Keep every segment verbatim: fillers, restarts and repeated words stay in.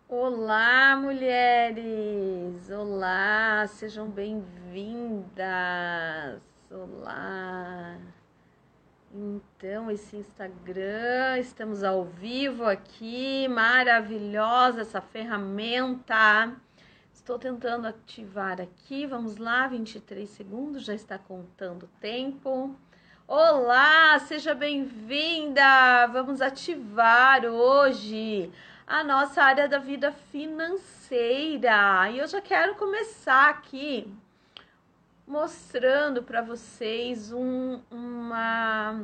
Olá, mulheres! Olá, sejam bem-vindas! Olá! Então, esse Instagram, estamos ao vivo aqui, maravilhosa essa ferramenta. Estou tentando ativar aqui, vamos lá, vinte e três segundos, já está contando o tempo. Olá, seja bem-vinda! Vamos ativar hoje a nossa área da vida financeira. E eu já quero começar aqui mostrando para vocês um, uma,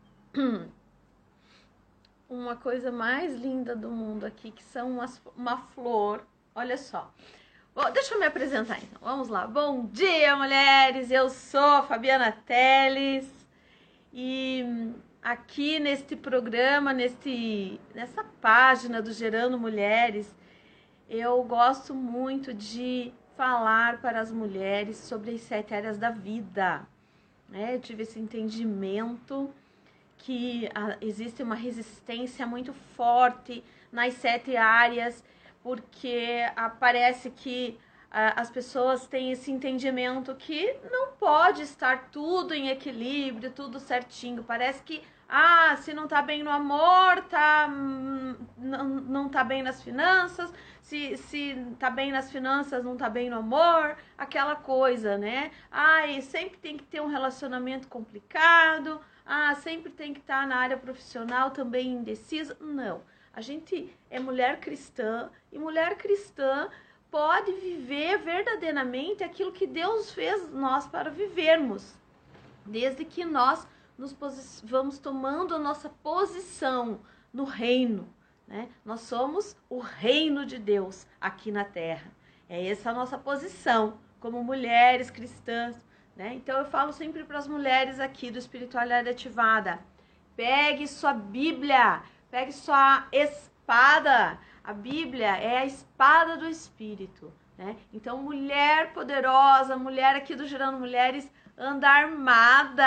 uma coisa mais linda do mundo aqui, que são umas, uma flor. Olha só. Bom, deixa eu me apresentar então. Vamos lá. Bom dia, mulheres! Eu sou a Fabiana Teles e aqui neste programa, neste, nessa página do Gerando Mulheres, eu gosto muito de falar para as mulheres sobre as sete áreas da vida. Né? Eu tive esse entendimento que a, existe uma resistência muito forte nas sete áreas, porque parece que a, as pessoas têm esse entendimento que não pode estar tudo em equilíbrio, tudo certinho. Parece que Ah, se não tá bem no amor, tá, não, não tá bem nas finanças, se, se tá bem nas finanças, não tá bem no amor, aquela coisa, né? Ai, sempre tem que ter um relacionamento complicado, ah, sempre tem que estar na área profissional também indecisa. Não, a gente é mulher cristã e mulher cristã pode viver verdadeiramente aquilo que Deus fez nós para vivermos, desde que nós nos vamos tomando a nossa posição no reino, né? Nós somos o reino de Deus aqui na terra. É essa a nossa posição como mulheres cristãs, né? Então eu falo sempre para as mulheres aqui do Espiritualidade Ativada: pegue sua Bíblia, pegue sua espada. A Bíblia é a espada do Espírito, né? Então, mulher poderosa, mulher aqui do Gerando Mulheres, anda armada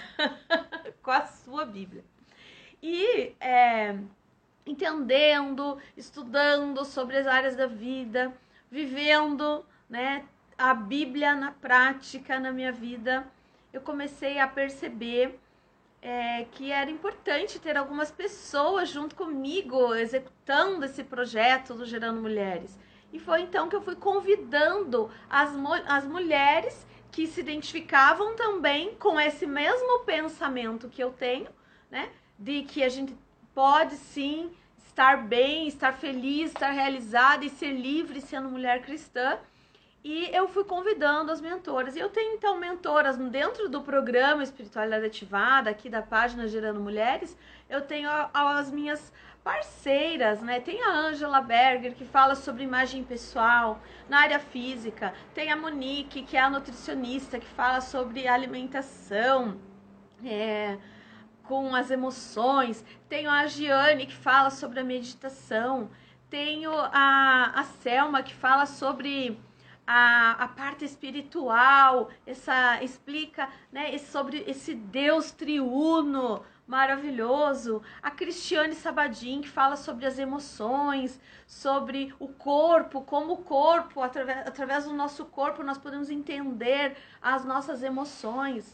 com a sua Bíblia. E é, entendendo, estudando sobre as áreas da vida, vivendo, né, a Bíblia na prática, na minha vida, eu comecei a perceber é, que era importante ter algumas pessoas junto comigo, executando esse projeto do Gerando Mulheres. E foi então que eu fui convidando as, as mulheres que se identificavam também com esse mesmo pensamento que eu tenho, né? De que a gente pode sim estar bem, estar feliz, estar realizada e ser livre sendo mulher cristã. E eu fui convidando as mentoras. E eu tenho então mentoras dentro do programa Espiritualidade Ativada, aqui da página Gerando Mulheres. Eu tenho as minhas parceiras, né? Tem a Angela Berger, que fala sobre imagem pessoal na área física. Tem a Monique, que é a nutricionista, que fala sobre alimentação é, com as emoções. Tenho a Giane, que fala sobre a meditação. Tenho a, a Selma, que fala sobre a, a parte espiritual, essa explica, né, sobre esse Deus triuno maravilhoso. A Cristiane Sabadim, que fala sobre as emoções, sobre o corpo, como o corpo, através, através do nosso corpo, nós podemos entender as nossas emoções.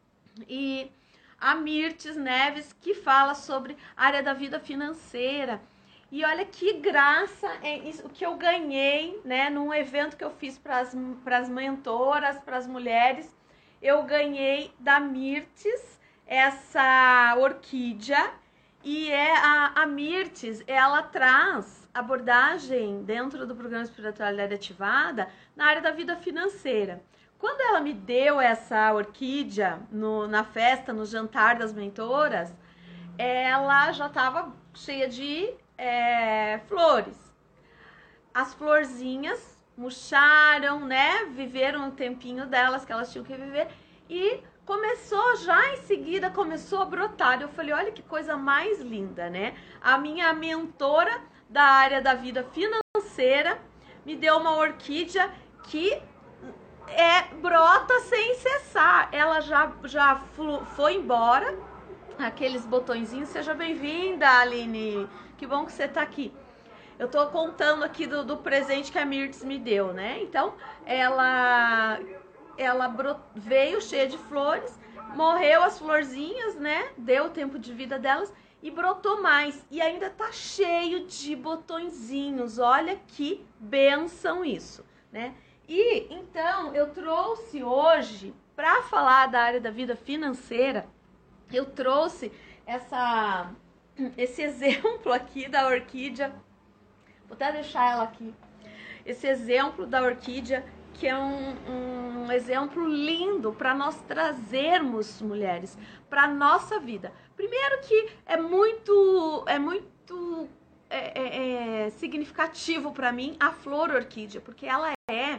E a Mirtes Neves, que fala sobre a área da vida financeira. E olha que graça é isso que eu ganhei, né, num evento que eu fiz para as mentoras, para as mulheres. Eu ganhei da Mirtes essa orquídea, e é a, a Mirtes, ela traz abordagem dentro do programa Espiritualidade Ativada na área da vida financeira. Quando ela me deu essa orquídea no, na festa, no jantar das mentoras, ela já estava cheia de é, flores. As florzinhas murcharam, né? Viveram um tempinho delas que elas tinham que viver e começou já em seguida, começou a brotar. Eu falei, olha que coisa mais linda, né? A minha mentora da área da vida financeira me deu uma orquídea que é, brota sem cessar. Ela já, já foi embora, aqueles botõezinhos. Seja bem-vinda, Aline, que bom que você tá aqui. eu tô contando aqui do, do presente que a Mirtz me deu, né? Então, ela, ela brot, veio cheia de flores, morreu as florzinhas, né? Deu o tempo de vida delas e brotou mais. E ainda tá cheio de botõezinhos. Olha que bênção isso, né? E então eu trouxe hoje, para falar da área da vida financeira, eu trouxe essa, esse exemplo aqui da orquídea. Vou até deixar ela aqui. Esse exemplo da orquídea, que é um, um exemplo lindo para nós trazermos, mulheres, para nossa vida. Primeiro que é muito, é muito é, é, é significativo para mim a flor orquídea, porque ela é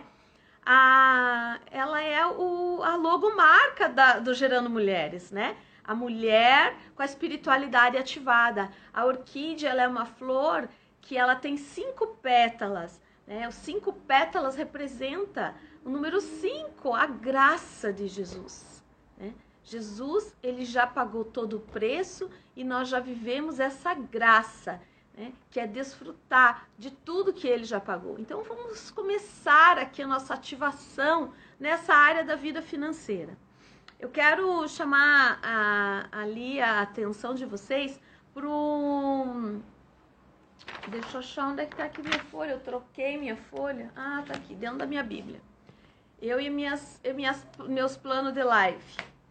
a, ela é o, a logomarca da, do Gerando Mulheres, né? A mulher com a espiritualidade ativada. A orquídea, ela é uma flor que ela tem cinco pétalas, né? Os cinco pétalas representa o número cinco, a graça de Jesus, né? Jesus, ele já pagou todo o preço e nós já vivemos essa graça, né? Que é desfrutar de tudo que ele já pagou. Então vamos começar aqui a nossa ativação nessa área da vida financeira. Eu quero chamar a, ali a atenção de vocês para um... Deixa eu achar onde é que tá aqui minha folha. Eu troquei minha folha. Ah, tá aqui, dentro da minha Bíblia. Eu e minhas, eu, minhas, meus planos de live.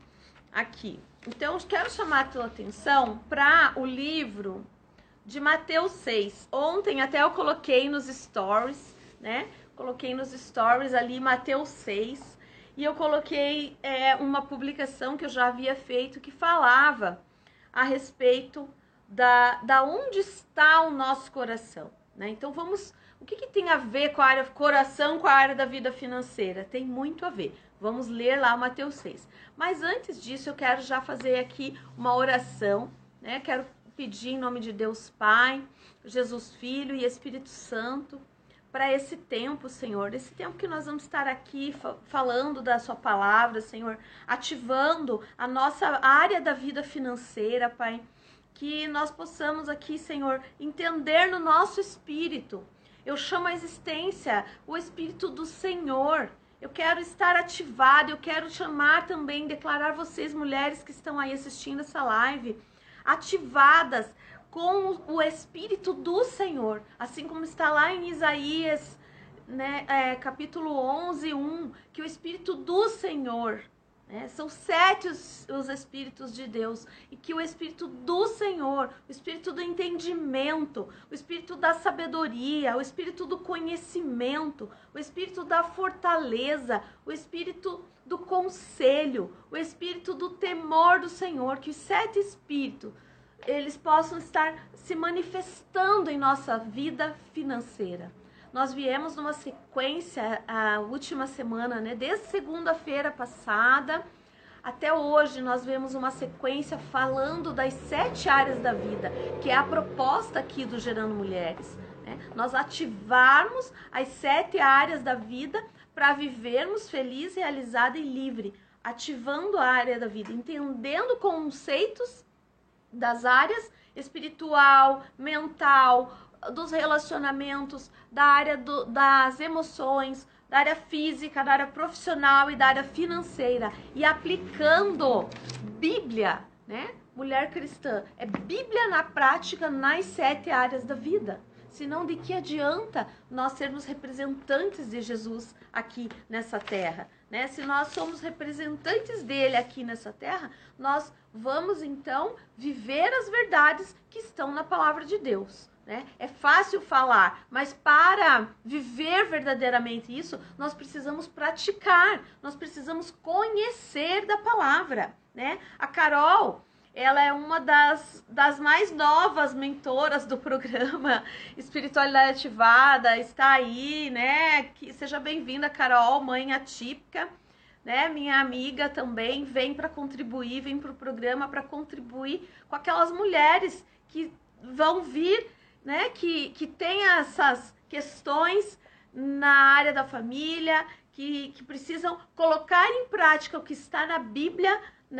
Aqui. Então, eu quero chamar a tua atenção para o livro de Mateus seis. Ontem até eu coloquei nos stories, né? Coloquei nos stories ali Mateus seis. E eu coloquei é, uma publicação que eu já havia feito que falava a respeito Da, da onde está o nosso coração, né? Então vamos, o que, que tem a ver com a área coração, com a área da vida financeira? Tem muito a ver. Vamos ler lá Mateus seis. Mas antes disso eu quero já fazer aqui uma oração, né? Quero pedir em nome de Deus Pai, Jesus Filho e Espírito Santo para esse tempo, Senhor, esse tempo que nós vamos estar aqui falando da sua palavra, Senhor, ativando a nossa área da vida financeira, Pai. Que nós possamos aqui, Senhor, entender no nosso espírito. Eu chamo a existência o Espírito do Senhor. Eu quero estar ativado, eu quero chamar também, declarar vocês, mulheres que estão aí assistindo essa live, ativadas com o Espírito do Senhor. Assim como está lá em Isaías, né, é, capítulo onze, um, que o Espírito do Senhor... É, são sete os, os Espíritos de Deus, e que o Espírito do Senhor, o Espírito do entendimento, o Espírito da sabedoria, o Espírito do conhecimento, o Espírito da fortaleza, o Espírito do conselho, o Espírito do temor do Senhor, que os sete Espíritos, eles possam estar se manifestando em nossa vida financeira. Nós viemos numa sequência, a última semana, né? Desde segunda-feira passada até hoje, nós vemos uma sequência falando das sete áreas da vida, que é a proposta aqui do Gerando Mulheres, né? Nós ativarmos as sete áreas da vida para vivermos feliz, realizada e livre, ativando a área da vida, entendendo conceitos das áreas espiritual, mental, dos relacionamentos, da área do, das emoções, da área física, da área profissional e da área financeira. E aplicando Bíblia, né? Mulher cristã. É Bíblia na prática nas sete áreas da vida. Senão, de que adianta nós sermos representantes de Jesus aqui nessa terra, né? Se nós somos representantes dele aqui nessa terra, nós vamos, então, viver as verdades que estão na palavra de Deus. Né? É fácil falar, mas para viver verdadeiramente isso, nós precisamos praticar, nós precisamos conhecer da palavra, né? A Carol, ela é uma das, das mais novas mentoras do programa Espiritualidade Ativada, está aí, né? Que, seja bem-vinda, Carol, mãe atípica, né? Minha amiga também, vem para contribuir, vem para o programa para contribuir com aquelas mulheres que vão vir, né, que, que tem essas questões na área da família, que, que precisam colocar em prática o que está na Bíblia, né,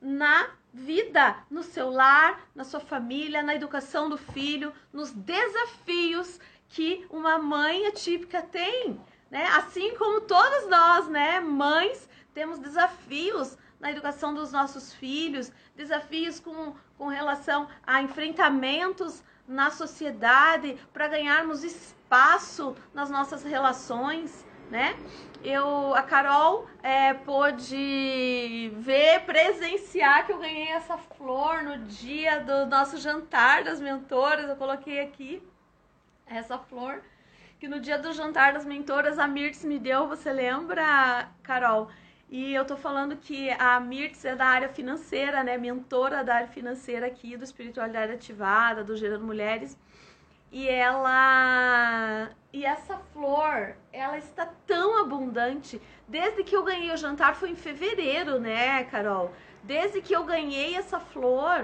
na vida, no seu lar, na sua família, na educação do filho, nos desafios que uma mãe atípica tem, né? Assim como todas nós, né, mães, temos desafios na educação dos nossos filhos, desafios com, com relação a enfrentamentos na sociedade para ganharmos espaço nas nossas relações, né? Eu, a Carol é, pôde ver, presenciar que eu ganhei essa flor no dia do nosso jantar das mentoras. Eu coloquei aqui essa flor, que no dia do jantar das mentoras a Mirtz me deu, você lembra, Carol? E eu tô falando que a Mirtz é da área financeira, né? Mentora da área financeira aqui, do Espiritualidade Ativada, do Gerando Mulheres. E ela... E essa flor, ela está tão abundante. Desde que eu ganhei o jantar, foi em fevereiro, né, Carol? Desde que eu ganhei essa flor,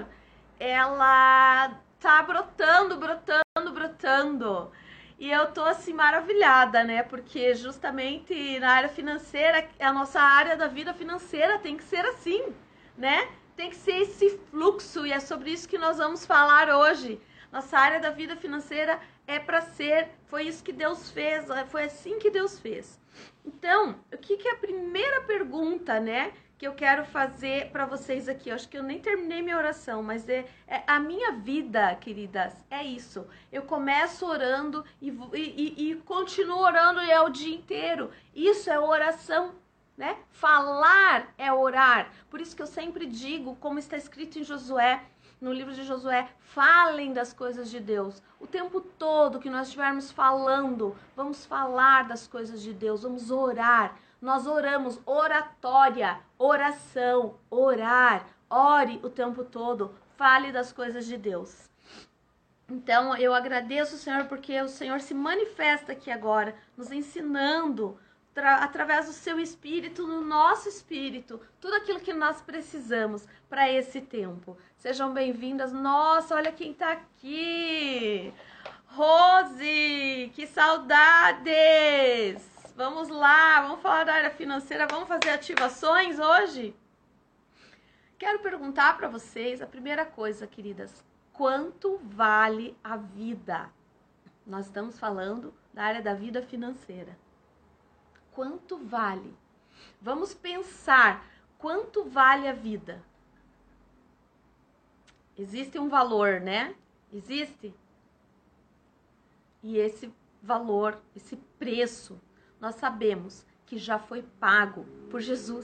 ela tá brotando, brotando, brotando. E eu tô assim maravilhada, né? Porque justamente na área financeira, a nossa área da vida financeira tem que ser assim, né? Tem que ser esse fluxo, e é sobre isso que nós vamos falar hoje. Nossa área da vida financeira é para ser, foi isso que Deus fez, foi assim que Deus fez. Então, o que, que é a primeira pergunta, né, que eu quero fazer para vocês aqui? Eu acho que eu nem terminei minha oração, mas é, é a minha vida, queridas, é isso. Eu começo orando e, e, e continuo orando é o dia inteiro. Isso é oração, né? Falar é orar. Por isso que eu sempre digo, como está escrito em Josué, no livro de Josué, falem das coisas de Deus. O tempo todo que nós estivermos falando, vamos falar das coisas de Deus, vamos orar. Nós oramos, oratória, oração, orar. Ore o tempo todo, fale das coisas de Deus. Então, eu agradeço o Senhor porque o Senhor se manifesta aqui agora, nos ensinando através do seu espírito, no nosso espírito, tudo aquilo que nós precisamos para esse tempo. Sejam bem-vindas. Nossa, olha quem tá aqui! Rose, que saudades! Vamos lá, vamos falar da área financeira, vamos fazer ativações hoje? Quero perguntar para vocês a primeira coisa, queridas, quanto vale a vida? Nós estamos falando da área da vida financeira. Quanto vale? Vamos pensar, quanto vale a vida? Existe um valor, né? Existe? E esse valor, esse preço, nós sabemos que já foi pago por Jesus.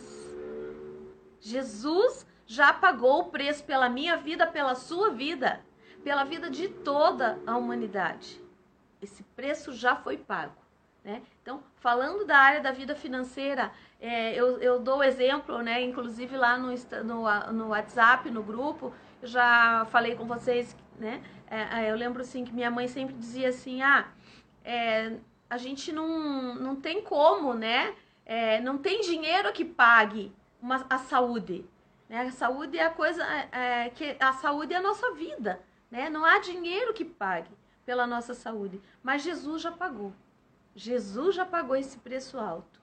Jesus já pagou o preço pela minha vida, pela sua vida, pela vida de toda a humanidade. Esse preço já foi pago. Né? Então, falando da área da vida financeira, é, eu, eu dou o exemplo, né? Inclusive lá no, no, no WhatsApp, no grupo, eu já falei com vocês, né? É, eu lembro assim que minha mãe sempre dizia assim, ah, é, a gente não, não tem como, né? É, não tem dinheiro que pague uma, a saúde. Né? A saúde é a coisa, é, que a saúde é a nossa vida, né? Não há dinheiro que pague pela nossa saúde, mas Jesus já pagou. Jesus já pagou esse preço alto.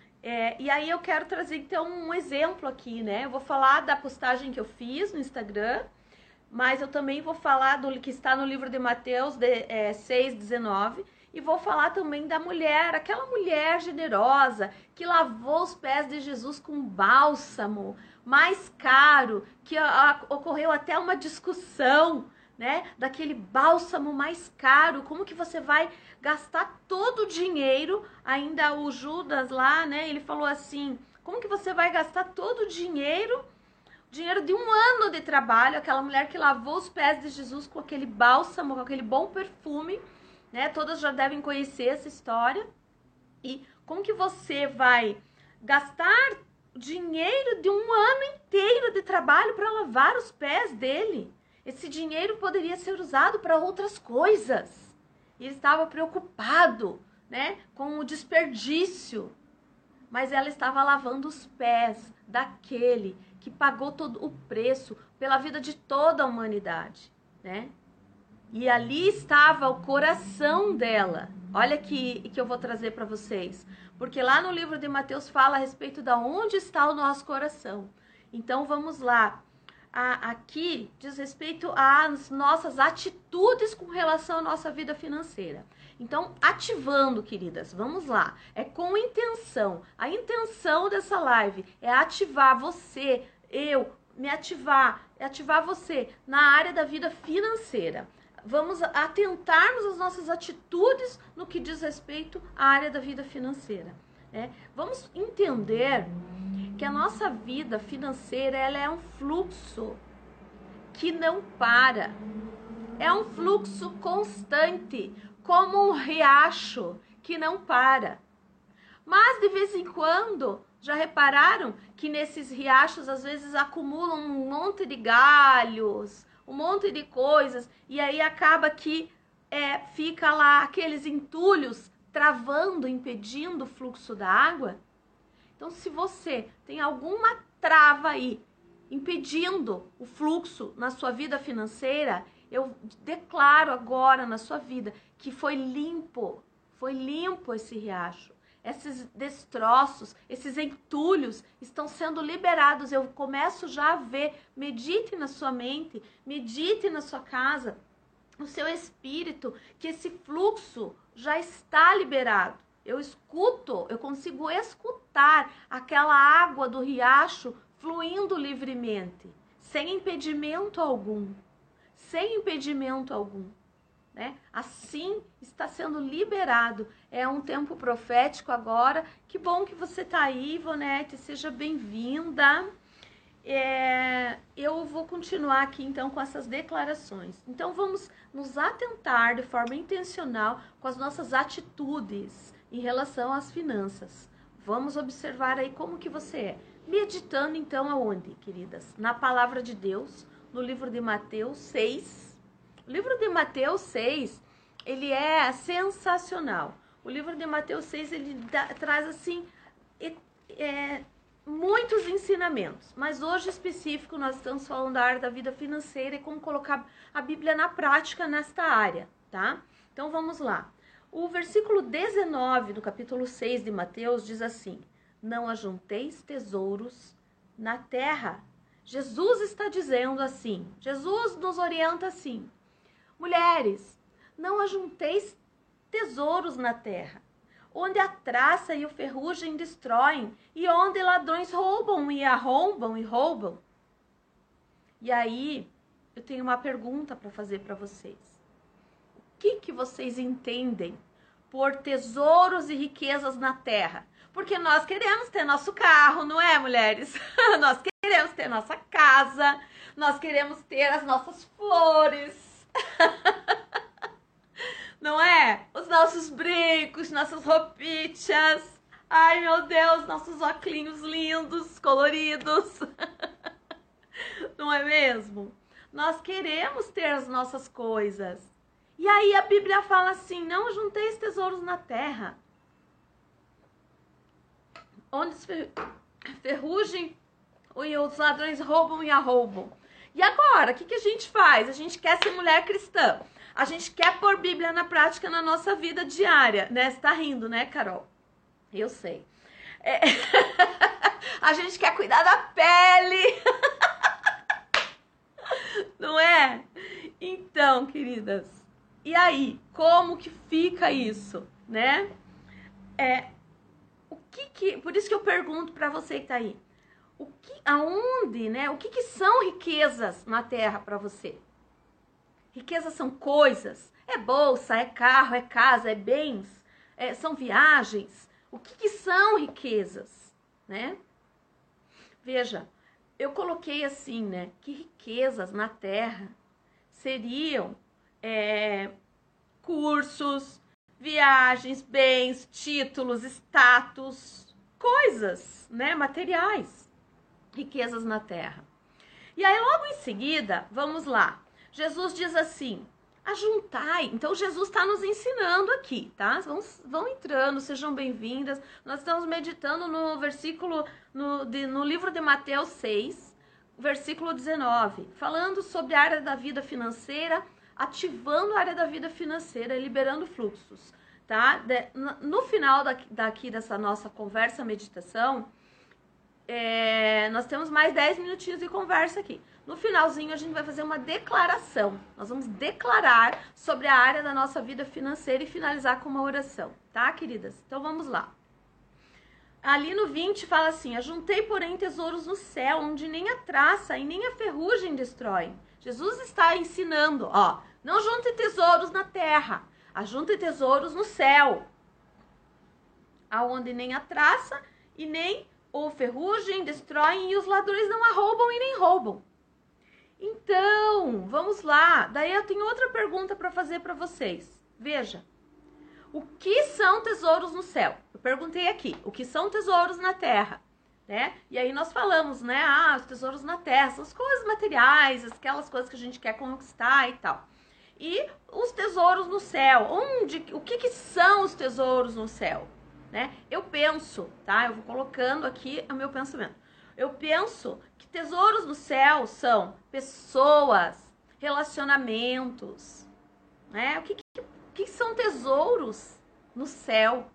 É, e aí eu quero trazer então um exemplo aqui, né? Eu vou falar da postagem que eu fiz no Instagram, mas eu também vou falar do que está no livro de Mateus de, é, seis, dezenove, e vou falar também da mulher, aquela mulher generosa que lavou os pés de Jesus com bálsamo mais caro, que a, a, ocorreu até uma discussão, né, daquele bálsamo mais caro. Como que você vai gastar todo o dinheiro? Ainda o Judas lá, né, ele falou assim, como que você vai gastar todo o dinheiro, dinheiro de um ano de trabalho, aquela mulher que lavou os pés de Jesus com aquele bálsamo, com aquele bom perfume, né, todas já devem conhecer essa história. E como que você vai gastar dinheiro de um ano inteiro de trabalho para lavar os pés dele? Esse dinheiro poderia ser usado para outras coisas. Ele estava preocupado, né, com o desperdício. Mas ela estava lavando os pés daquele que pagou todo o preço pela vida de toda a humanidade, né? E ali estava o coração dela. Olha que, que eu vou trazer para vocês. Porque lá no livro de Mateus fala a respeito de onde está o nosso coração. Então, vamos lá. A, aqui diz respeito às nossas atitudes com relação à nossa vida financeira. Então, ativando, queridas, vamos lá. É com intenção. A intenção dessa live é ativar você, eu, me ativar, é ativar você na área da vida financeira. Vamos atentarmos às nossas atitudes no que diz respeito à área da vida financeira. Né? Vamos entender que a nossa vida financeira ela é um fluxo que não para. É um fluxo constante, como um riacho que não para. Mas de vez em quando, já repararam que nesses riachos às vezes acumulam um monte de galhos, um monte de coisas, e aí acaba que é, fica lá aqueles entulhos travando, impedindo o fluxo da água? Então, se você tem alguma trava aí, impedindo o fluxo na sua vida financeira, eu declaro agora na sua vida que foi limpo, foi limpo esse riacho. Esses destroços, esses entulhos estão sendo liberados. Eu começo já a ver, medite na sua mente, medite na sua casa, no seu espírito, que esse fluxo já está liberado. Eu escuto, eu consigo escutar aquela água do riacho fluindo livremente, sem impedimento algum, sem impedimento algum. Né? Assim está sendo liberado. É um tempo profético agora. Que bom que você está aí, Ivonete, seja bem-vinda. É, eu vou continuar aqui então com essas declarações. Então vamos nos atentar de forma intencional com as nossas atitudes em relação às finanças. Vamos observar aí como que você é. Meditando então aonde, queridas? Na palavra de Deus, no livro de Mateus seis. O livro de Mateus seis, ele é sensacional. O livro de Mateus seis, ele dá, traz assim é, é, muitos ensinamentos. Mas hoje específico nós estamos falando da área da vida financeira e como colocar a Bíblia na prática nesta área, tá? Então vamos lá. O versículo dezenove do capítulo seis de Mateus diz assim: não ajunteis tesouros na terra. Jesus está dizendo assim, Jesus nos orienta assim: mulheres, não ajunteis tesouros na terra, onde a traça e o ferrugem destroem, e onde ladrões roubam e arrombam e roubam. E aí, eu tenho uma pergunta para fazer para vocês. O que que vocês entendem por tesouros e riquezas na terra? Porque nós queremos ter nosso carro, não é, mulheres? Nós queremos ter nossa casa, nós queremos ter as nossas flores, não é? Os nossos brincos, nossas roupitas. Ai, meu Deus, nossos óculos lindos, coloridos. Não é mesmo? Nós queremos ter as nossas coisas. E aí a Bíblia fala assim: não junteis tesouros na terra, onde ferrugem e os ladrões roubam e arrombam. E agora, o que, que a gente faz? A gente quer ser mulher cristã. A gente quer pôr Bíblia na prática na nossa vida diária, né? Você tá rindo, né, Carol? Eu sei. É... a gente quer cuidar da pele. Não é? Então, queridas, e aí? Como que fica isso, né? É, o que que... Por isso que eu pergunto pra você que tá aí. O que, aonde, né? O que, que são riquezas na terra para você? Riquezas são coisas, é bolsa, é carro, é casa, é bens, é, são viagens. O que, que são riquezas, né? Veja, eu coloquei assim, né? Que riquezas na terra seriam é, cursos, viagens, bens, títulos, status, coisas, né? Materiais. Riquezas na terra. E aí logo em seguida, vamos lá, Jesus diz assim: ajuntai. Então Jesus está nos ensinando aqui, tá? Vão, vão entrando, sejam bem-vindas. Nós estamos meditando no versículo, no, de, no livro de Mateus seis, versículo dezenove, falando sobre a área da vida financeira, ativando a área da vida financeira e liberando fluxos, tá? De, no final daqui, daqui dessa nossa conversa, meditação, é, nós temos mais dez minutinhos de conversa aqui. No finalzinho, a gente vai fazer uma declaração. Nós vamos declarar sobre a área da nossa vida financeira e finalizar com uma oração, tá, queridas? Então, vamos lá. Ali no vinte fala assim: ajuntei, porém, tesouros no céu, onde nem a traça e nem a ferrugem destroem. Jesus está ensinando, ó, não junte tesouros na terra, ajunte tesouros no céu, aonde nem a traça e nem o ferrugem destroem e os ladrões não a roubam e nem roubam. Então, vamos lá. Daí eu tenho outra pergunta para fazer para vocês. Veja, o que são tesouros no céu? Eu perguntei aqui, o que são tesouros na terra? Né? E aí nós falamos, né? Ah, os tesouros na terra são as coisas materiais, aquelas coisas que a gente quer conquistar e tal. E os tesouros no céu, onde, o que, que são os tesouros no céu? Né? Eu penso, tá? Eu vou colocando aqui o meu pensamento. Eu penso que tesouros no céu são pessoas, relacionamentos, né? O que, que, que são tesouros no céu?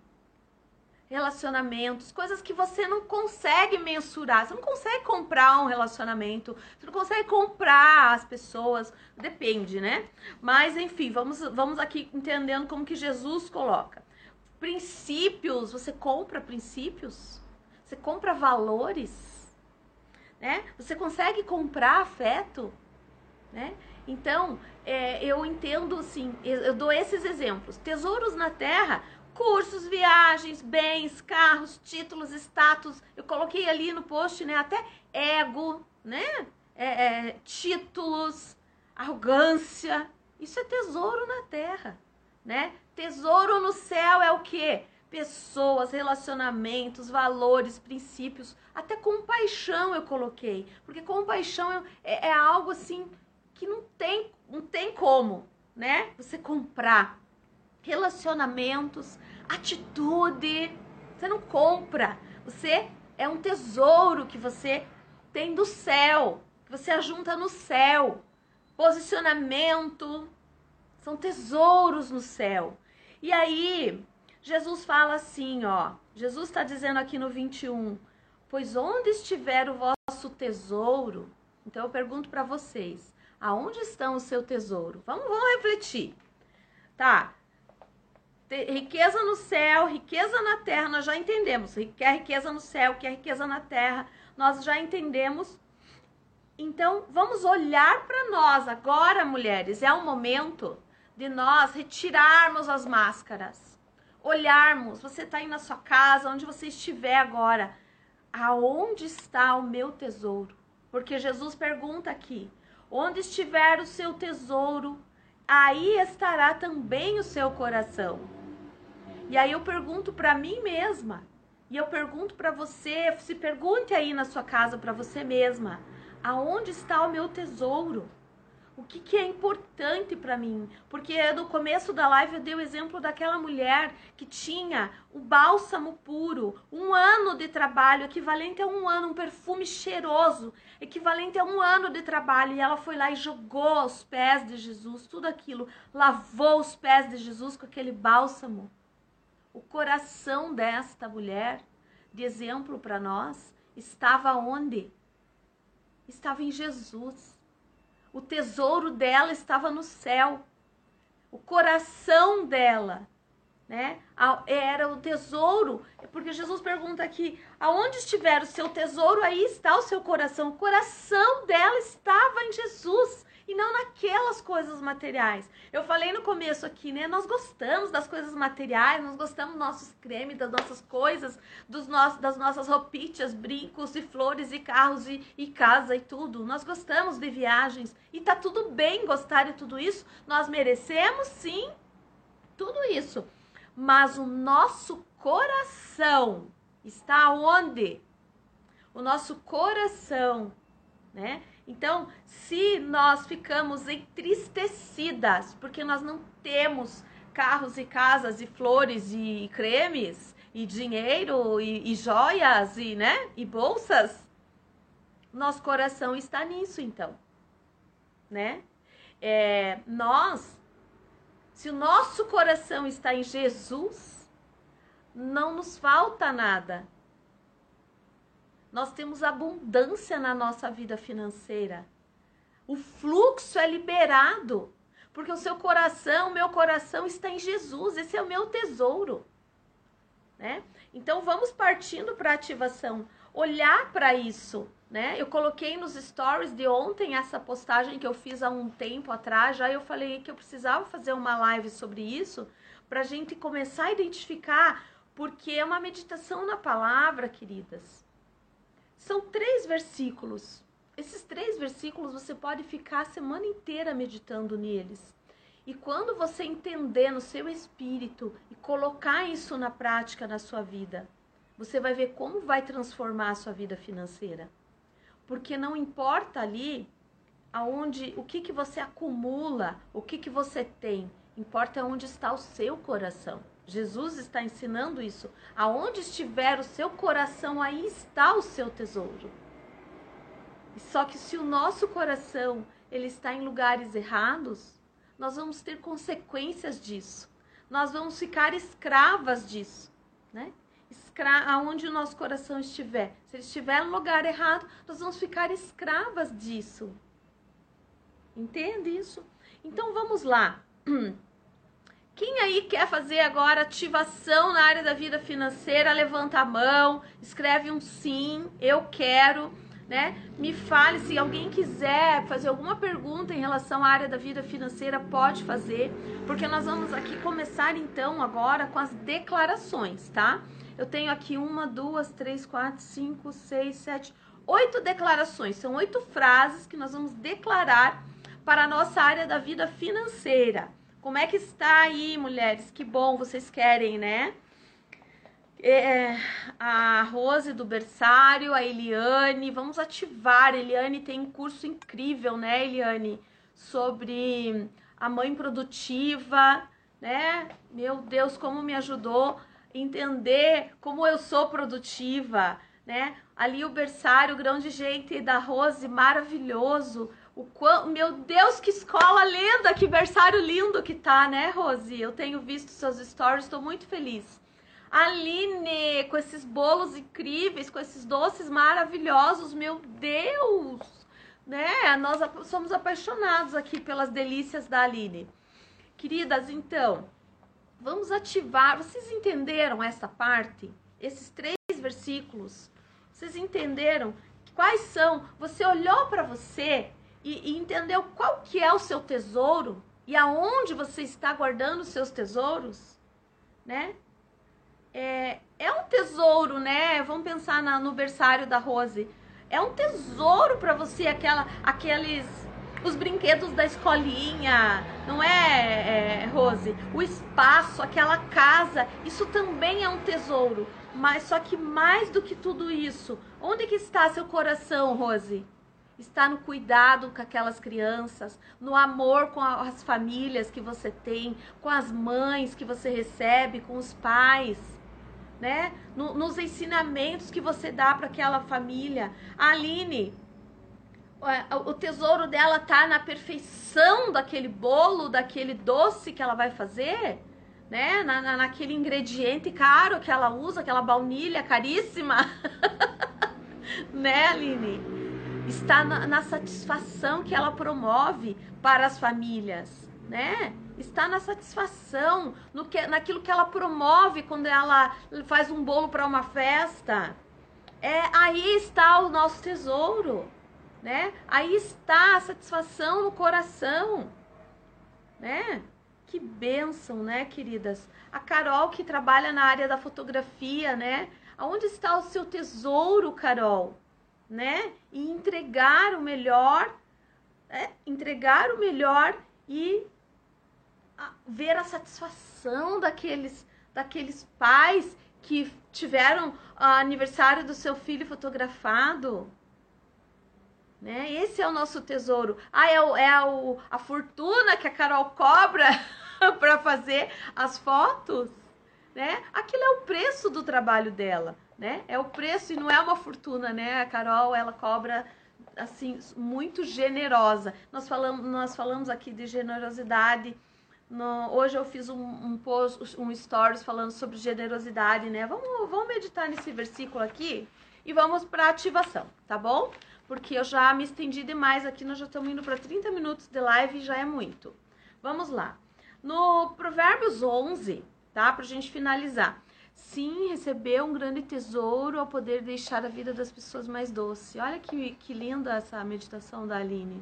Relacionamentos, coisas que você não consegue mensurar. Você não consegue comprar um relacionamento, você não consegue comprar as pessoas, depende, né? Mas, enfim, vamos, vamos aqui entendendo como que Jesus coloca. Princípios, você compra princípios? Você compra valores? Né? Você consegue comprar afeto? Né? Então, é, eu entendo assim, eu, eu dou esses exemplos. Tesouros na terra, cursos, viagens, bens, carros, títulos, status. Eu coloquei ali no post, né? Até ego, né? É, é, títulos, arrogância. Isso é tesouro na terra, né? Tesouro no céu é o quê? Pessoas, relacionamentos, valores, princípios, até compaixão eu coloquei. Porque compaixão é, é algo assim que não tem, não tem como, né? Você comprar. Relacionamentos, atitude, você não compra. Você é um tesouro que você tem do céu, que você ajunta no céu. Posicionamento, são tesouros no céu. E aí, Jesus fala assim, ó. Jesus está dizendo aqui no vinte e um, pois onde estiver o vosso tesouro, então eu pergunto para vocês, aonde está o seu tesouro? Vamos, vamos refletir. Tá, riqueza no céu, riqueza na terra, nós já entendemos. Quer riqueza no céu, quer riqueza na terra, nós já entendemos. Então, vamos olhar para nós agora, mulheres, é o momento de nós retirarmos as máscaras, olharmos, você está aí na sua casa, onde você estiver agora, aonde está o meu tesouro? Porque Jesus pergunta aqui, onde estiver o seu tesouro, aí estará também o seu coração. E aí eu pergunto para mim mesma, e eu pergunto para você, se pergunte aí na sua casa para você mesma, aonde está o meu tesouro? O que, que é importante para mim? Porque no começo da live eu dei o exemplo daquela mulher que tinha o bálsamo puro, um ano de trabalho, equivalente a um ano, um perfume cheiroso, equivalente a um ano de trabalho. E ela foi lá e jogou aos pés de Jesus, tudo aquilo, lavou os pés de Jesus com aquele bálsamo. O coração desta mulher, de exemplo para nós, estava onde? Estava em Jesus. O tesouro dela estava no céu. O coração dela, né? Era o tesouro. Porque Jesus pergunta aqui, aonde estiver o seu tesouro, aí está o seu coração. O coração dela estava em Jesus e não naquelas coisas materiais. Eu falei no começo aqui, né? Nós gostamos das coisas materiais, nós gostamos dos nossos cremes, das nossas coisas, dos nossos, das nossas roupitas, brincos e flores e carros e, e casa e tudo. Nós gostamos de viagens e tá tudo bem gostar de tudo isso. Nós merecemos, sim, tudo isso. Mas o nosso coração está onde? O nosso coração, né? Então, se nós ficamos entristecidas porque nós não temos carros e casas e flores e cremes e dinheiro e, e joias e, né, e bolsas, nosso coração está nisso, então, né? É, nós, se o nosso coração está em Jesus, não nos falta nada. Nós temos abundância na nossa vida financeira. O fluxo é liberado, porque o seu coração, o meu coração está em Jesus. Esse é o meu tesouro, né? Então vamos partindo para a ativação, olhar para isso, né? Eu coloquei nos stories de ontem essa postagem que eu fiz há um tempo atrás, já eu falei que eu precisava fazer uma live sobre isso, para a gente começar a identificar, porque é uma meditação na palavra, queridas. São três versículos. Esses três versículos você pode ficar a semana inteira meditando neles. E quando você entender no seu espírito e colocar isso na prática na sua vida, você vai ver como vai transformar a sua vida financeira. Porque não importa ali aonde, o que, que você acumula, o que, que você tem, importa onde está o seu coração. Jesus está ensinando isso. Aonde estiver o seu coração, aí está o seu tesouro. Só que se o nosso coração ele está em lugares errados, nós vamos ter consequências disso. Nós vamos ficar escravas disso, né? Escra aonde o nosso coração estiver. Se ele estiver no lugar errado, nós vamos ficar escravas disso. Entende isso? Então vamos lá. Quem aí quer fazer agora ativação na área da vida financeira, levanta a mão, escreve um sim, eu quero, né? Me fale, se alguém quiser fazer alguma pergunta em relação à área da vida financeira, pode fazer, porque nós vamos aqui começar então agora com as declarações, tá? Eu tenho aqui uma, duas, três, quatro, cinco, seis, sete, oito declarações, são oito frases que nós vamos declarar para a nossa área da vida financeira. Como é que está aí, mulheres? Que bom, vocês querem, né? É, a Rose do berçário, a Eliane, vamos ativar. Eliane tem um curso incrível, né, Eliane? Sobre a mãe produtiva, né? Meu Deus, como me ajudou a entender como eu sou produtiva, né? Ali o berçário, o grão de gente da Rose, maravilhoso. O quão, meu Deus, que escola linda, que berçário lindo que tá, né, Rose? Eu tenho visto seus stories, estou muito feliz. Aline, com esses bolos incríveis, com esses doces maravilhosos, meu Deus, né? Nós somos apaixonados aqui pelas delícias da Aline. Queridas, então, vamos ativar. Vocês entenderam essa parte? Esses três versículos? Vocês entenderam quais são? Você olhou para você e, e entendeu qual que é o seu tesouro? E aonde você está guardando os seus tesouros? Né? É, é um tesouro, né? Vamos pensar na, no berçário da Rose. É um tesouro para você, aquela, aqueles, os brinquedos da escolinha, não é, é, Rose? O espaço, aquela casa, isso também é um tesouro. Mas só que mais do que tudo isso, onde que está seu coração, Rose? Está no cuidado com aquelas crianças, no amor com as famílias que você tem, com as mães que você recebe, com os pais, né? No, nos ensinamentos que você dá para aquela família. A Aline, o, o tesouro dela tá na perfeição daquele bolo, daquele doce que ela vai fazer, né? Na, na, naquele ingrediente caro que ela usa, aquela baunilha caríssima, né, Aline? Está na, na satisfação que ela promove para as famílias, né? Está na satisfação, no que, naquilo que ela promove quando ela faz um bolo para uma festa. É, aí está o nosso tesouro, né? Aí está a satisfação no coração, né? Que bênção, né, queridas? A Carol, que trabalha na área da fotografia, né? Aonde está o seu tesouro, Carol? Né? E entregar o melhor, né? Entregar o melhor e a, ver a satisfação daqueles, daqueles pais que tiveram o aniversário do seu filho fotografado, né? Esse é o nosso tesouro. Ah, é, o, é o, a fortuna que a Carol cobra para fazer as fotos, né? Aquilo é o preço do trabalho dela, né? É o preço e não é uma fortuna, né? A Carol, ela cobra assim muito generosa. Nós falamos, nós falamos aqui de generosidade. No, hoje eu fiz um, um post, um stories falando sobre generosidade, né? Vamos, vamos meditar nesse versículo aqui. e vamos para ativação, tá bom? Porque eu já me estendi demais aqui, nós já estamos indo para trinta minutos de live e já é muito. Vamos lá. No Provérbios onze, tá? Pra gente finalizar. Sim, recebeu um grande tesouro ao poder deixar a vida das pessoas mais doce. Olha que, que linda essa meditação da Aline.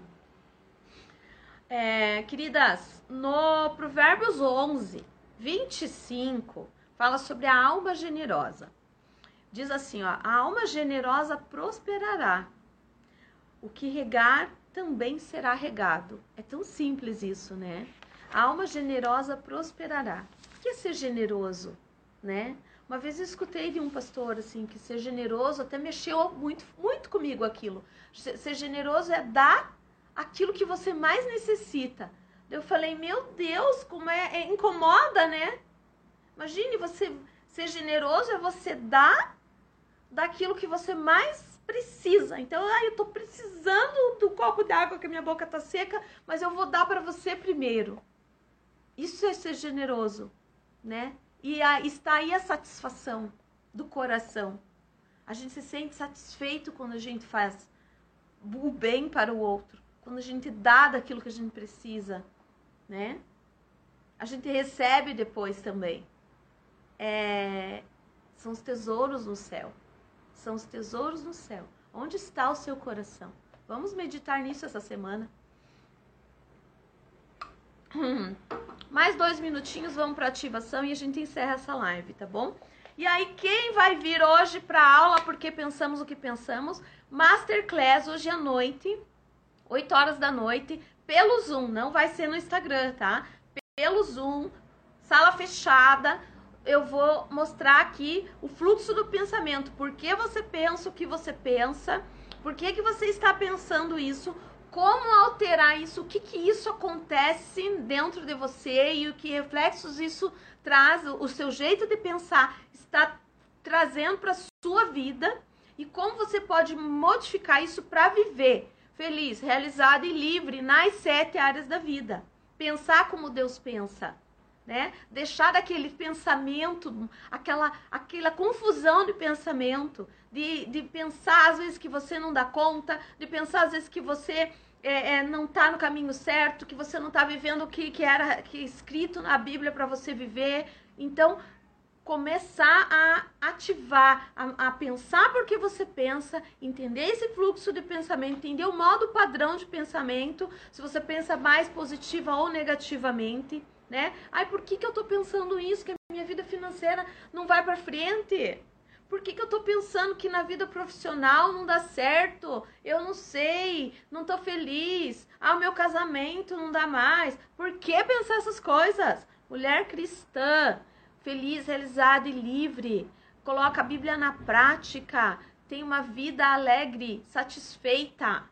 É, queridas, no Provérbios onze, vinte e cinco, fala sobre a alma generosa. Diz assim, ó, a alma generosa prosperará. O que regar também será regado. É tão simples isso, né? A alma generosa prosperará. O que é ser generoso, né? Uma vez eu escutei de um pastor, assim, que ser generoso até mexeu muito, muito comigo aquilo. Ser generoso é dar aquilo que você mais necessita. Eu falei, meu Deus, como é, é incomoda, né? Imagine, você ser generoso é você dar daquilo que você mais precisa. Então, ah, eu tô precisando do copo d'água que a minha boca tá seca, mas eu vou dar para você primeiro. Isso é ser generoso, né? E a, está aí a satisfação do coração. A gente se sente satisfeito quando a gente faz o bem para o outro, quando a gente dá daquilo que a gente precisa, né? A gente recebe depois também. É, são os tesouros no céu. São os tesouros no céu. Onde está o seu coração? Vamos meditar nisso essa semana. Hum. Mais dois minutinhos, vamos para ativação e a gente encerra essa live, tá bom? E aí, quem vai vir hoje para aula, porque pensamos o que pensamos? Masterclass hoje à noite, oito horas da noite, pelo Zoom, não vai ser no Instagram, tá? Pelo Zoom, sala fechada, eu vou mostrar aqui o fluxo do pensamento. Por que você pensa o que você pensa? Por que que você está pensando isso? Como alterar isso, o que que isso acontece dentro de você e o que reflexos isso traz, o seu jeito de pensar está trazendo para a sua vida e como você pode modificar isso para viver feliz, realizado e livre nas sete áreas da vida. Pensar como Deus pensa, né? Deixar aquele pensamento, aquela, aquela confusão de pensamento, de, de pensar às vezes que você não dá conta, de pensar às vezes que você é, é, não está no caminho certo, que você não está vivendo o que, que era que é escrito na Bíblia para você viver. Então, começar a ativar, a, a pensar porque você pensa, entender esse fluxo de pensamento, entender o modo padrão de pensamento, se você pensa mais positiva ou negativamente, né? Ai, por que que eu tô pensando isso, que a minha vida financeira não vai para frente? Por que que eu tô pensando que na vida profissional não dá certo? Eu não sei, não tô feliz. Ah, o meu casamento não dá mais. Por que pensar essas coisas? Mulher cristã, feliz, realizada e livre, coloca a Bíblia na prática, tem uma vida alegre, satisfeita,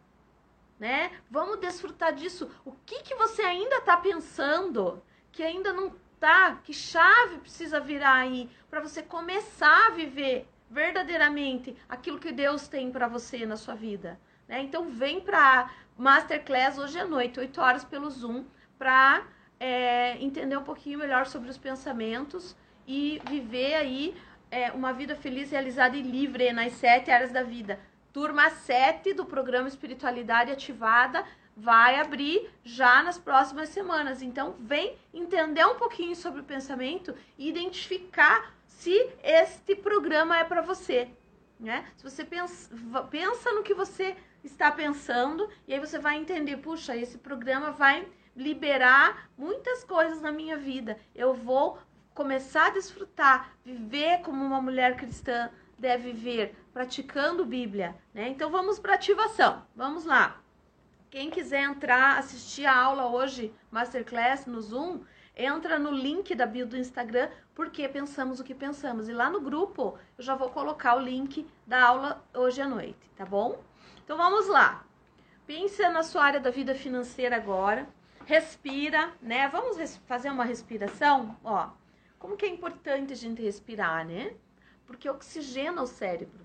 né? Vamos desfrutar disso. O que que você ainda tá pensando que ainda não tá? Que chave precisa virar aí para você começar a viver verdadeiramente aquilo que Deus tem para você na sua vida, né? Então vem para Masterclass hoje à noite, oito horas pelo Zoom, para é, entender um pouquinho melhor sobre os pensamentos e viver aí é, uma vida feliz, realizada e livre nas sete áreas da vida. Turma sete do programa Espiritualidade Ativada vai abrir já nas próximas semanas. Então, vem entender um pouquinho sobre o pensamento e identificar se este programa é para você, né? Se você pensa, pensa no que você está pensando e aí você vai entender, puxa, esse programa vai liberar muitas coisas na minha vida. Eu vou começar a desfrutar, viver como uma mulher cristã deve viver, praticando Bíblia, né? Então, vamos para ativação. Vamos lá. Quem quiser entrar, assistir a aula hoje, Masterclass no Zoom, entra no link da bio do Instagram, porque pensamos o que pensamos. E lá no grupo, eu já vou colocar o link da aula hoje à noite, tá bom? Então, vamos lá. Pense na sua área da vida financeira agora. Respira, né? Vamos fazer uma respiração? Ó, como que é importante a gente respirar, né? Porque oxigena o cérebro.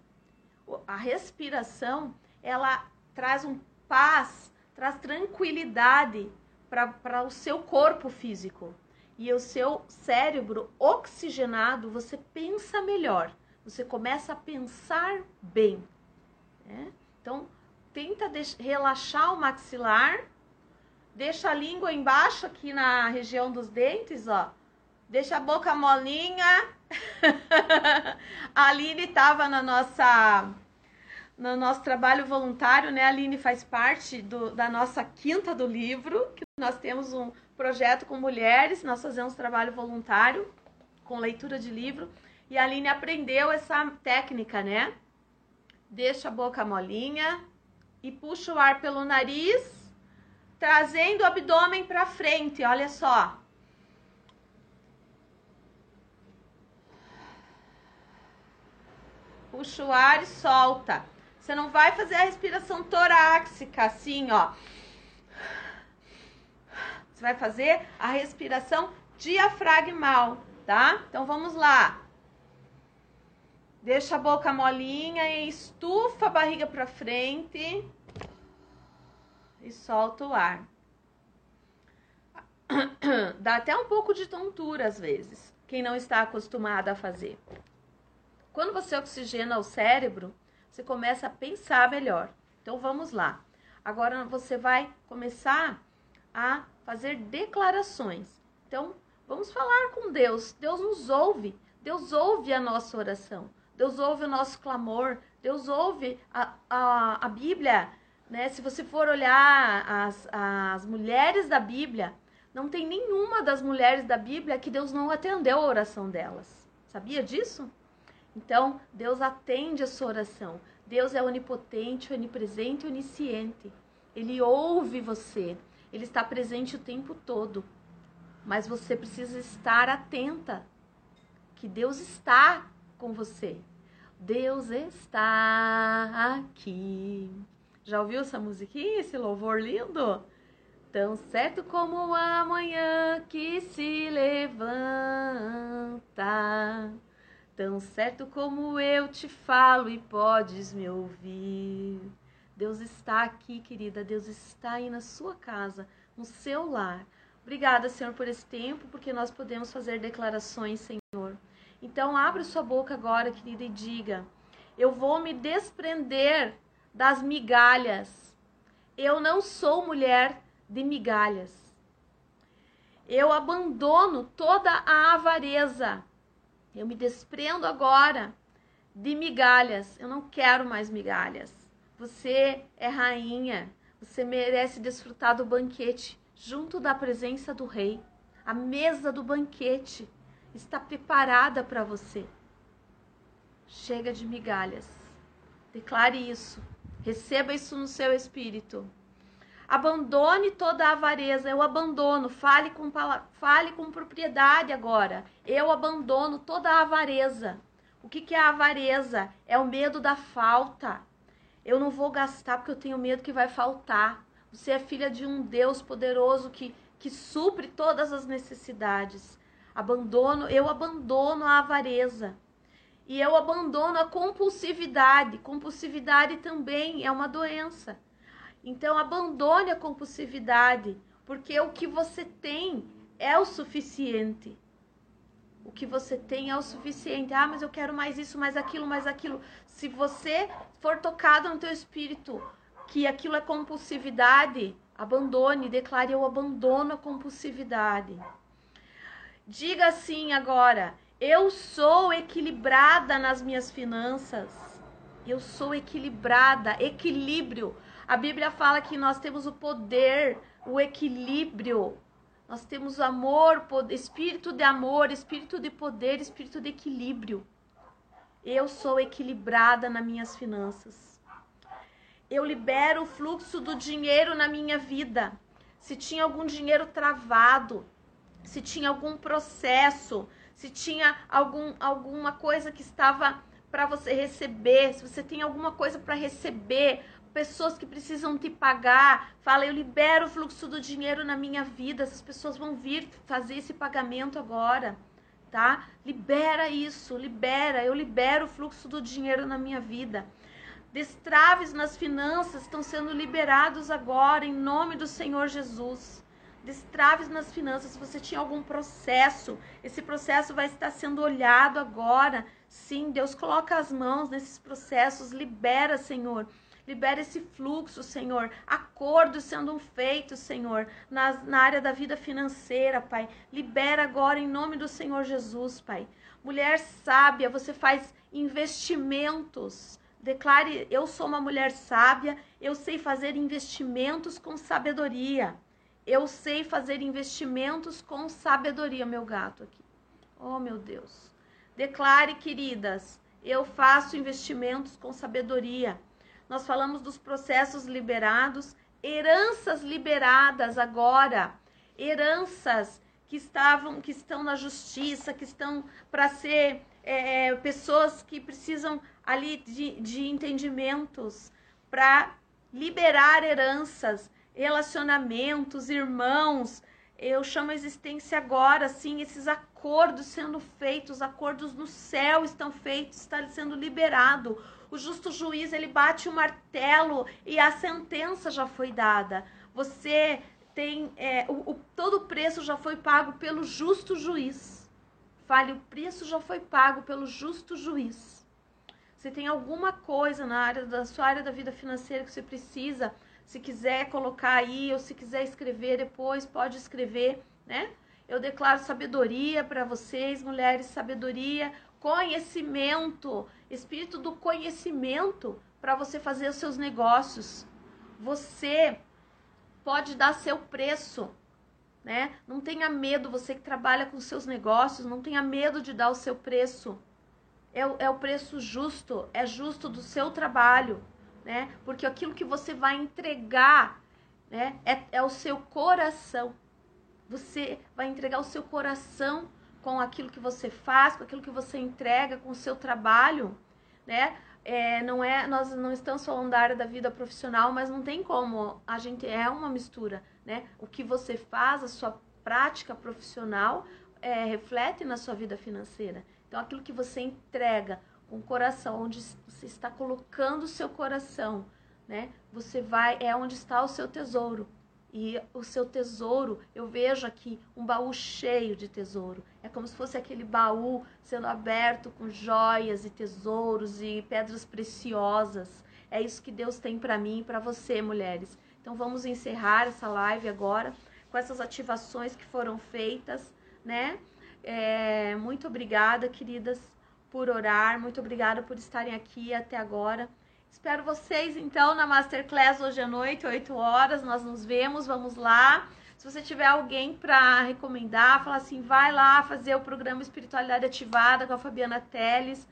A respiração, ela traz um paz, traz tranquilidade para o seu corpo físico. E o seu cérebro oxigenado, você pensa melhor. Você começa a pensar bem, né? Então, tenta relaxar o maxilar, deixa a língua embaixo aqui na região dos dentes, ó. Deixa a boca molinha. A Aline estava na nossa, no nosso trabalho voluntário, né? A Aline faz parte do, da nossa quinta do livro, que nós temos um projeto com mulheres, nós fazemos trabalho voluntário com leitura de livro. E a Aline aprendeu essa técnica, né? Deixa a boca molinha e puxa o ar pelo nariz, trazendo o abdômen para frente, olha só. Puxa o ar e solta. Você não vai fazer a respiração torácica assim, ó. Você vai fazer a respiração diafragmal, tá? Então vamos lá. Deixa a boca molinha e estufa a barriga para frente. E solta o ar. Dá até um pouco de tontura às vezes, quem não está acostumado a fazer. Quando você oxigena o cérebro, você começa a pensar melhor. Então vamos lá. Agora você vai começar a fazer declarações. Então vamos falar com Deus. Deus nos ouve. Deus ouve a nossa oração. Deus ouve o nosso clamor. Deus ouve a, a, a Bíblia. Né? Se você for olhar as, as mulheres da Bíblia, não tem nenhuma das mulheres da Bíblia que Deus não atendeu a oração delas. Sabia disso? Então, Deus atende a sua oração. Deus é onipotente, onipresente e onisciente. Ele ouve você. Ele está presente o tempo todo. Mas você precisa estar atenta. Que Deus está com você. Deus está aqui. Já ouviu essa musiquinha, esse louvor lindo? Tão certo como a manhã que se levanta, tão certo como eu te falo e podes me ouvir. Deus está aqui, querida. Deus está aí na sua casa, no seu lar. Obrigada, Senhor, por esse tempo, porque nós podemos fazer declarações, Senhor. Então, abre sua boca agora, querida, e diga: eu vou me desprender das migalhas. Eu não sou mulher de migalhas. Eu abandono toda a avareza. Eu me desprendo agora de migalhas. Eu não quero mais migalhas. Você é rainha. Você merece desfrutar do banquete junto da presença do rei. A mesa do banquete está preparada para você. Chega de migalhas. Declare isso. Receba isso no seu espírito. Abandone toda a avareza. Eu abandono. Fale com, fale com propriedade agora. Eu abandono toda a avareza. O que, que é a avareza? É o medo da falta. Eu não vou gastar porque eu tenho medo que vai faltar. Você é filha de um Deus poderoso que, que supre todas as necessidades. Abandono, eu abandono a avareza. E eu abandono a compulsividade. Compulsividade também é uma doença. Então, abandone a compulsividade, porque o que você tem é o suficiente. O que você tem é o suficiente. Ah, mas eu quero mais isso, mais aquilo, mais aquilo. Se você for tocado no teu espírito que aquilo é compulsividade, abandone, declare: eu abandono a compulsividade. Diga assim agora: eu sou equilibrada nas minhas finanças. Eu sou equilibrada, equilíbrio. A Bíblia fala que nós temos o poder, o equilíbrio. Nós temos amor, poder, espírito de amor, espírito de poder, espírito de equilíbrio. Eu sou equilibrada nas minhas finanças. Eu libero o fluxo do dinheiro na minha vida. Se tinha algum dinheiro travado, se tinha algum processo, se tinha algum, alguma coisa que estava para você receber, se você tem alguma coisa para receber, pessoas que precisam te pagar, fala: eu libero o fluxo do dinheiro na minha vida, essas pessoas vão vir fazer esse pagamento agora, tá? Libera isso, libera, eu libero o fluxo do dinheiro na minha vida. Destraves nas finanças estão sendo liberados agora, em nome do Senhor Jesus. destraves nas finanças, se você tinha algum processo, esse processo vai estar sendo olhado agora. Sim, Deus coloca as mãos nesses processos, libera, Senhor. Libera esse fluxo, Senhor. Acordos sendo feitos, Senhor, na, na área da vida financeira, Pai. Libera agora em nome do Senhor Jesus, Pai. Mulher sábia, você faz investimentos. Declare, eu sou uma mulher sábia, eu sei fazer investimentos com sabedoria. Eu sei fazer investimentos com sabedoria, meu gato aqui. Oh, meu Deus. Declare, queridas, eu faço investimentos com sabedoria. Nós falamos dos processos liberados, heranças liberadas agora, heranças que estavam, que estão na justiça, que estão para ser é, pessoas que precisam ali de, de entendimentos para liberar heranças, relacionamentos, irmãos. Eu chamo a existência agora, sim, esses acordos sendo feitos, acordos no céu estão feitos, está sendo liberado. O justo juiz, ele bate o martelo e a sentença já foi dada. Você tem, é, o, o, todo o preço já foi pago pelo justo juiz. Fale, o preço já foi pago pelo justo juiz. Você tem alguma coisa na área da sua área da vida financeira que você precisa, se quiser colocar aí ou se quiser escrever depois, pode escrever, né? Eu declaro sabedoria para vocês, mulheres, sabedoria, conhecimento, espírito do conhecimento para você fazer os seus negócios. Você pode dar seu preço, né? Não tenha medo, você que trabalha com seus negócios, não tenha medo de dar o seu preço. É o, é o preço justo, é justo do seu trabalho, né? Porque aquilo que você vai entregar, né, é, é o seu coração. Você vai entregar o seu coração com aquilo que você faz, com aquilo que você entrega, com o seu trabalho, né? É, não é, nós não estamos falando da área da vida profissional, mas não tem como, a gente é uma mistura, né? O que você faz, a sua prática profissional, é, reflete na sua vida financeira. Então, aquilo que você entrega com o coração, onde você está colocando o seu coração, né? Você vai, é onde está o seu tesouro. E o seu tesouro, eu vejo aqui um baú cheio de tesouro. É como se fosse aquele baú sendo aberto com joias e tesouros e pedras preciosas. É isso que Deus tem para mim e para você, mulheres. Então vamos encerrar essa live agora com essas ativações que foram feitas, né? É, muito obrigada, queridas, por orar. Muito obrigada por estarem aqui até agora. Espero vocês, então, na Masterclass hoje à noite, oito horas, nós nos vemos, vamos lá. Se você tiver alguém para recomendar, falar assim, vai lá fazer o programa Espiritualidade Ativada com a Fabiana Teles,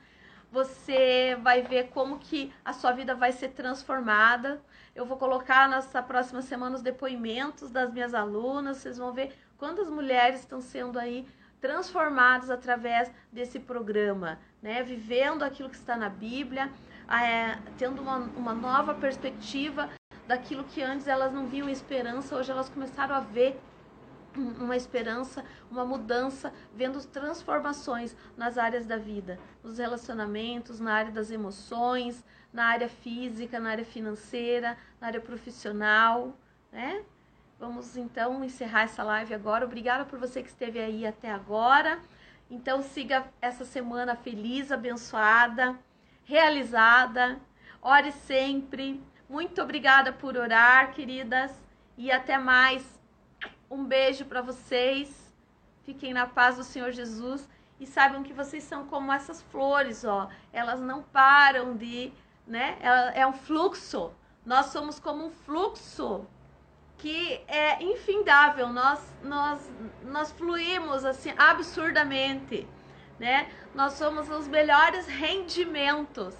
você vai ver como que a sua vida vai ser transformada. Eu vou colocar nessa próxima semana os depoimentos das minhas alunas, vocês vão ver quantas mulheres estão sendo aí transformadas através desse programa, né? Vivendo aquilo que está na Bíblia, É, tendo uma, uma nova perspectiva daquilo que antes elas não viam esperança, hoje elas começaram a ver uma esperança, uma mudança, vendo transformações nas áreas da vida, nos relacionamentos, na área das emoções, na área física, na área financeira, na área profissional, né? Vamos então encerrar essa live agora. Obrigada por você que esteve aí até agora. Então siga essa semana feliz, abençoada, realizada, ore sempre. Muito obrigada por orar, queridas, e até mais. Um beijo para vocês. Fiquem na paz do Senhor Jesus e saibam que vocês são como essas flores, ó. Elas não param de, né? É um fluxo. Nós somos como um fluxo que é infindável. Nós nós nós fluímos assim absurdamente, né? Nós somos os melhores rendimentos,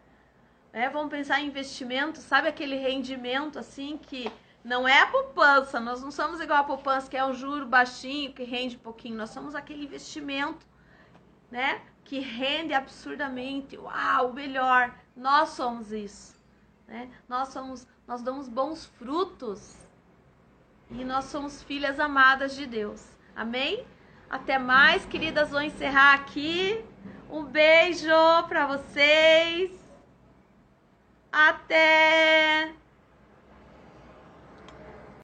né? Vamos pensar em investimento, sabe aquele rendimento assim que não é a poupança, nós não somos igual a poupança que é um juro baixinho, que rende pouquinho, nós somos aquele investimento, né? Que rende absurdamente, uau, o melhor, nós somos isso, né? Nós somos, nós damos bons frutos e nós somos filhas amadas de Deus, amém? Até mais, queridas, vou encerrar aqui. Um beijo para vocês. Até!